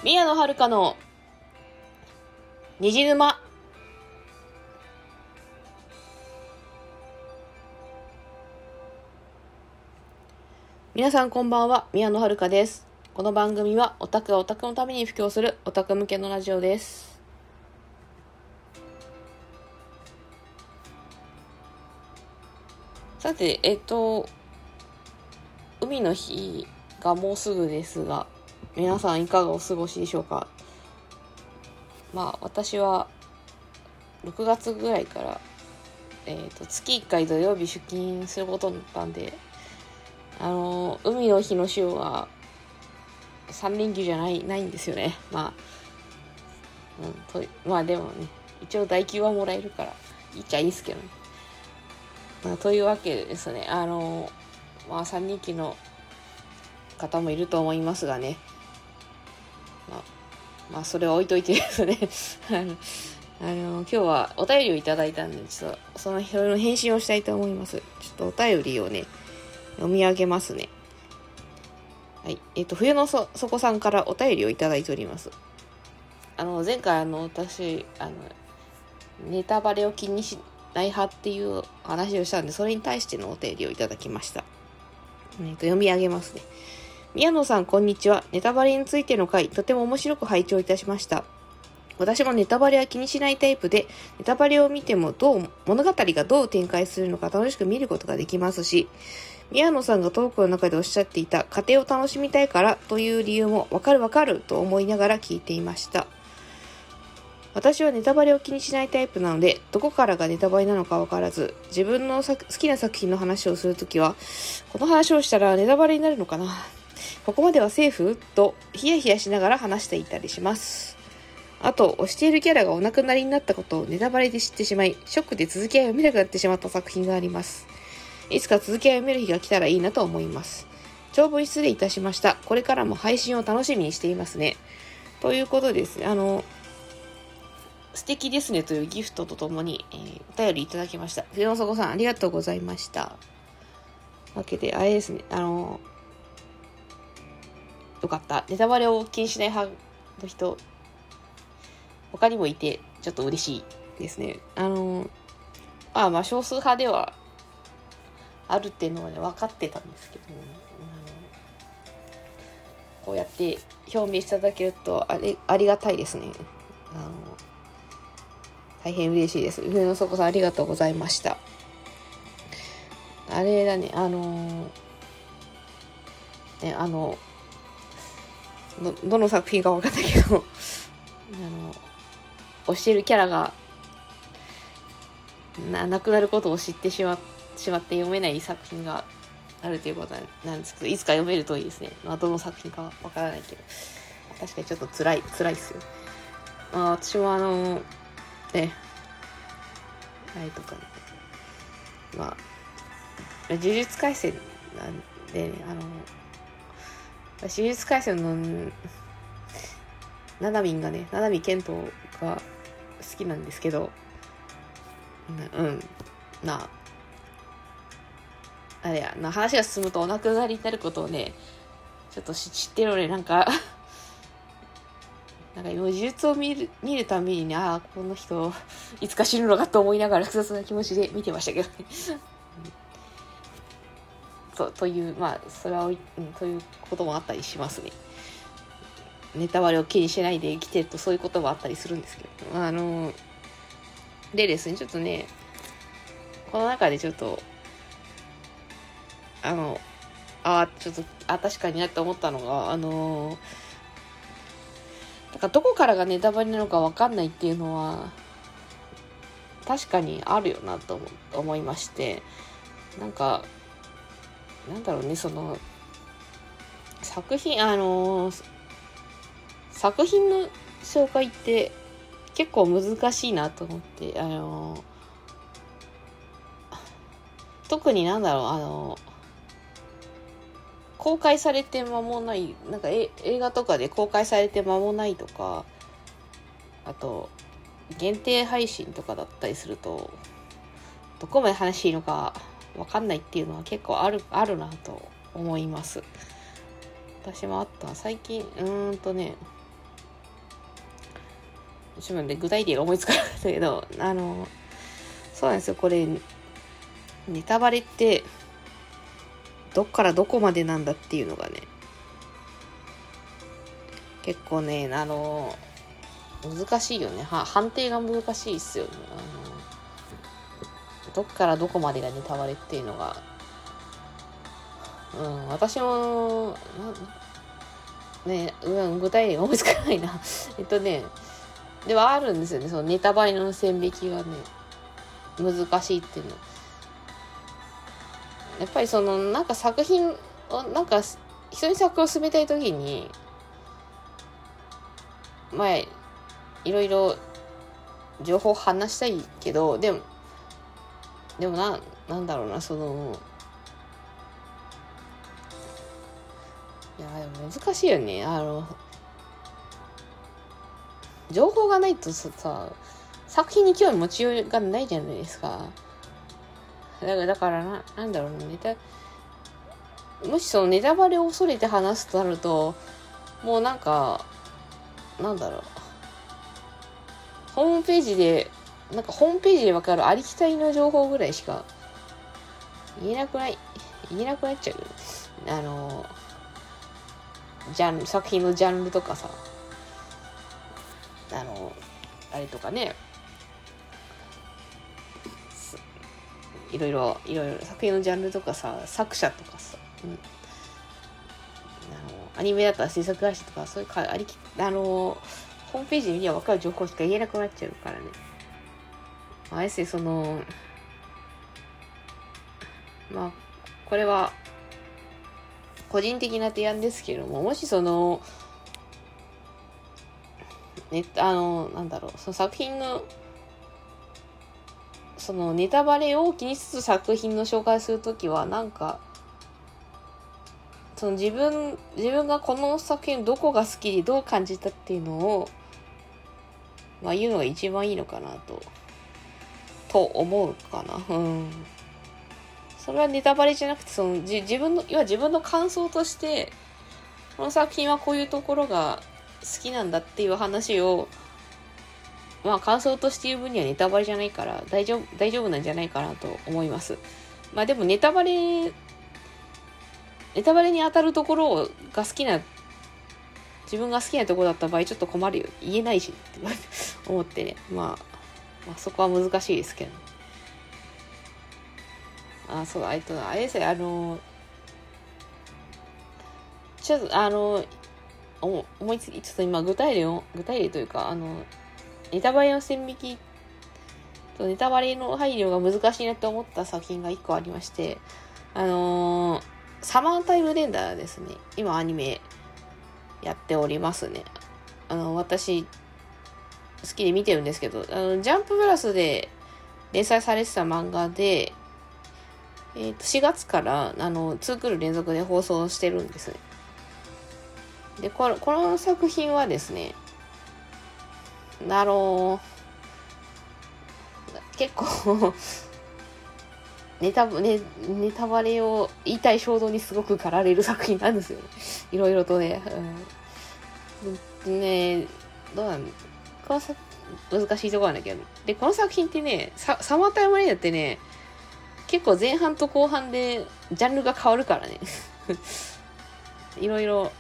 宮野遥の虹沼。皆さんこんばんは、宮野遥です。この番組はオタクがオタクのために布教するオタク向けのラジオです。さて、海の日がもうすぐですが、皆さんいかがお過ごしでしょうか。私は6月ぐらいから、月1回土曜日出勤することになったんで、海の日の週は3連休じゃないんですよね。でもね、一応代休はもらえるからいいっちゃいいんですけどね。というわけでですね、3連休の方もいると思いますがね、それは置いといてですね今日はお便りをいただいたんで、ちょっとその返信をしたいと思います。ちょっとお便りをね読み上げますね。はい、冬の底さんからお便りをいただいております。前回私ネタバレを気にしない派っていう話をしたんで、それに対してのお便りをいただきました。読み上げますね。宮野さんこんにちは。ネタバレについての回、とても面白く拝聴いたしました。私もネタバレは気にしないタイプで、ネタバレを見ても物語がどう展開するのか楽しく見ることができますし、宮野さんがトークの中でおっしゃっていた家庭を楽しみたいからという理由もわかると思いながら聞いていました。私はネタバレを気にしないタイプなので、どこからがネタバレなのかわからず、自分の好きな作品の話をするときは、この話をしたらネタバレになるのかな、ここまではセーフとヒヤヒヤしながら話していたりします。あと、推しているキャラがお亡くなりになったことをネタバレで知ってしまい、ショックで続きが読めなくなってしまった作品があります。いつか続きが読める日が来たらいいなと思います。長文失礼いたしました。これからも配信を楽しみにしていますね。ということです。素敵ですねというギフトとともに、お便りいただきました。冬の底さんありがとうございました。わけで、あれですね、よかった。ネタバレを気にしない派の人、他にもいて、ちょっと嬉しいですね。少数派ではあるっていうのはね、分かってたんですけど、こうやって表明していただけるとありがたいですね。大変嬉しいです。上野底さんありがとうございました。あれだね、どの作品か分かったけど推しているキャラが亡くなることを知ってしまって読めない作品があるということなんですけど、いつか読めるといいですね。どの作品かわからないけど、確かにちょっと辛いっすよ。私も呪術廻戦なんでね、呪術廻戦のななみケントが好きなんですけど、話が進むとお亡くなりになることをね、ちょっと知ってるので、呪術を見るたびにね、この人いつか死ぬのかと思いながら複雑な気持ちで見てましたけどねというそれはということもあったりしますね。ネタバレを気にしないで生きてるとそういうこともあったりするんですけど、でですね、ちょっとね、この中でちょっと確かになって思ったのが、どこからがネタバレなのか分かんないっていうのは確かにあるよなと思いまして、その作品の紹介って結構難しいなと思って、特に公開されて間もない、映画とかで公開されて間もないとか、あと限定配信とかだったりすると、どこまで話していいのか分かんないっていうのは結構あるなと思います。私もあった最近自分で具体例が思いつかなかったけど、そうなんですよ。これ、ネタバレって、どっからどこまでなんだっていうのがね、結構ね、難しいよね。判定が難しいっすよね。どっからどこまでがネタバレっていうのが、私も、具体例が思いつかないな。ではあるんですよね。そのネタバレの線引きがね、難しいっていうの。やっぱりなんか作品を、なんか人に作を進めたいときに、いろいろ情報を話したいけど、でもなんだろうな、いや、でも難しいよね。情報がないとさ、作品に興味持ちようがないじゃないですか。だからなんだろうね、もしそのネタバレを恐れて話すとなると、もうなんか、なんだろう。ホームページでわかるありきたりの情報ぐらいしか言えなくなっちゃう。作品のジャンルとかさ、あれとかね、いろいろ作品のジャンルとかさ、作者とかさ、アニメだったら制作会社とか、そういうホームページで見れば分かる情報しか言えなくなっちゃうからね。あれですね、これは個人的な提案ですけれども、もしその作品のそのネタバレを気にしつつ作品の紹介するときは、なんか自分がこの作品どこが好きでどう感じたっていうのを言うのが一番いいのかなと思うかな。それはネタバレじゃなくて、自分の感想として、この作品はこういうところが好きなんだっていう話を、感想として言う分にはネタバレじゃないから大丈夫なんじゃないかなと思います。でもネタバレに当たるところが自分が好きなところだった場合ちょっと困るよ。言えないしって思ってね。そこは難しいですけどね。そうだ、あれですね、ちょっと思いつき、ちょっと今具体例というか、ネタバレの線引きとネタバレの配慮が難しいなって思った作品が一個ありまして、サマータイムレンダーですね。今アニメやっておりますね。私好きで見てるんですけど、ジャンププラスで連載されてた漫画で、4月から2クール連続で放送してるんですね。で、この作品はですね、結構ネタバレを言いたい衝動にすごく駆られる作品なんですよね。いろいろとね。どうなんこの難しいところなんだけど。で、この作品ってね、サマータイムレイダーってね、結構前半と後半でジャンルが変わるからね。いろいろ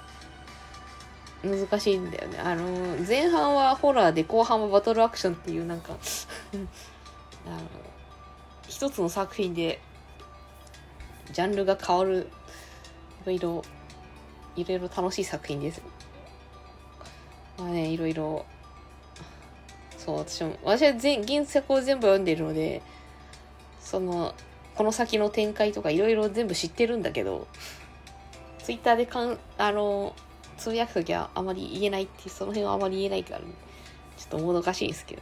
難しいんだよね。前半はホラーで後半はバトルアクションっていうなんか一つの作品でジャンルが変わるいろいろ楽しい作品です。いろいろそう、私は原作を全部読んでいるので、この先の展開とかいろいろ全部知ってるんだけど、ツイッターでつぶやくときはあまり言えないっていう、その辺はあまり言えないから、ね、ちょっともどかしいですけど。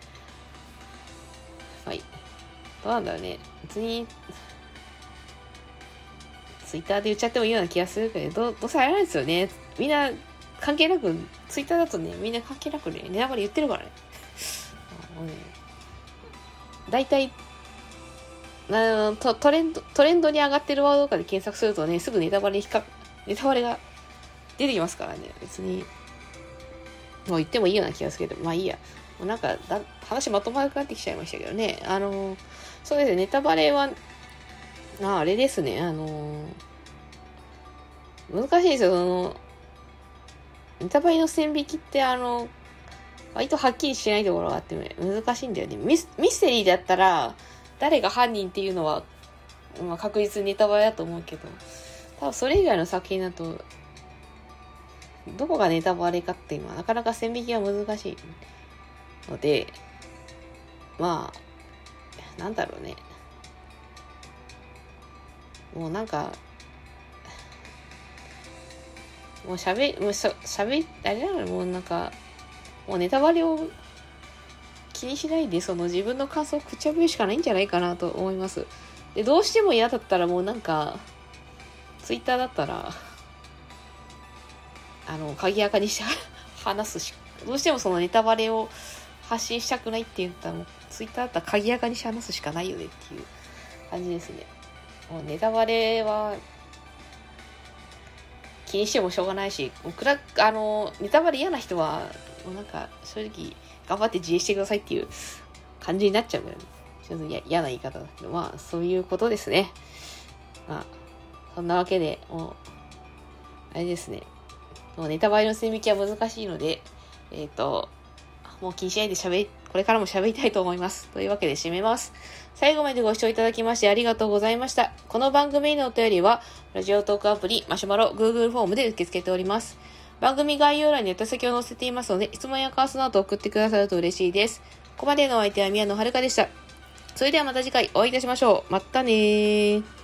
はい。どうなんだろうね。別に、ツイッターで言っちゃってもいいような気がするけど、どうせあれなんですよね。みんな関係なく、ツイッターだとね、みんな関係なくね、ネタバレ言ってるからね。大体、トレンドに上がってるワードとかで検索するとね、すぐネタバレが出てきますからね。別にもう言ってもいいような気がするけど、まあいいや。もうなんか話まとまらなくなってきちゃいましたけどね。そうですね、ネタバレは、あれですね、難しいですよ、ネタバレの線引きって割とはっきりしないところがあって、ね、難しいんだよね。ミステリーだったら、誰が犯人っていうのは、まあ、確実にネタバレだと思うけど、多分それ以外の作品だと、どこがネタバレかっていうのはなかなか線引きが難しいので、まあ、なんだろうね。もうなんか、もうあれだからもうなんか、もうネタバレを気にしないで、自分の感想を口破るしかないんじゃないかなと思います。で、どうしても嫌だったらもうなんか、ツイッターだったら、鍵垢にして話すし、どうしてもそのネタバレを発信したくないって言ったらもう、ツイッターだったら鍵垢にして話すしかないよねっていう感じですね。もうネタバレは、気にしてもしょうがないし、ネタバレ嫌な人は、もうなんか、正直、頑張って自衛してくださいっていう感じになっちゃうんだよね。ちょっと嫌な言い方だけど、まあ、そういうことですね。まあ、そんなわけで、もう、あれですね。もうネタバレの線引きは難しいので、もう気にしないでこれからも喋りたいと思います。というわけで締めます。最後までご視聴いただきましてありがとうございました。この番組へのお便りは、ラジオトークアプリ、マシュマロ、Google フォームで受け付けております。番組概要欄に宛先を載せていますので、質問や感想など送ってくださると嬉しいです。ここまでのお相手は宮野遥でした。それではまた次回お会いいたしましょう。またねー。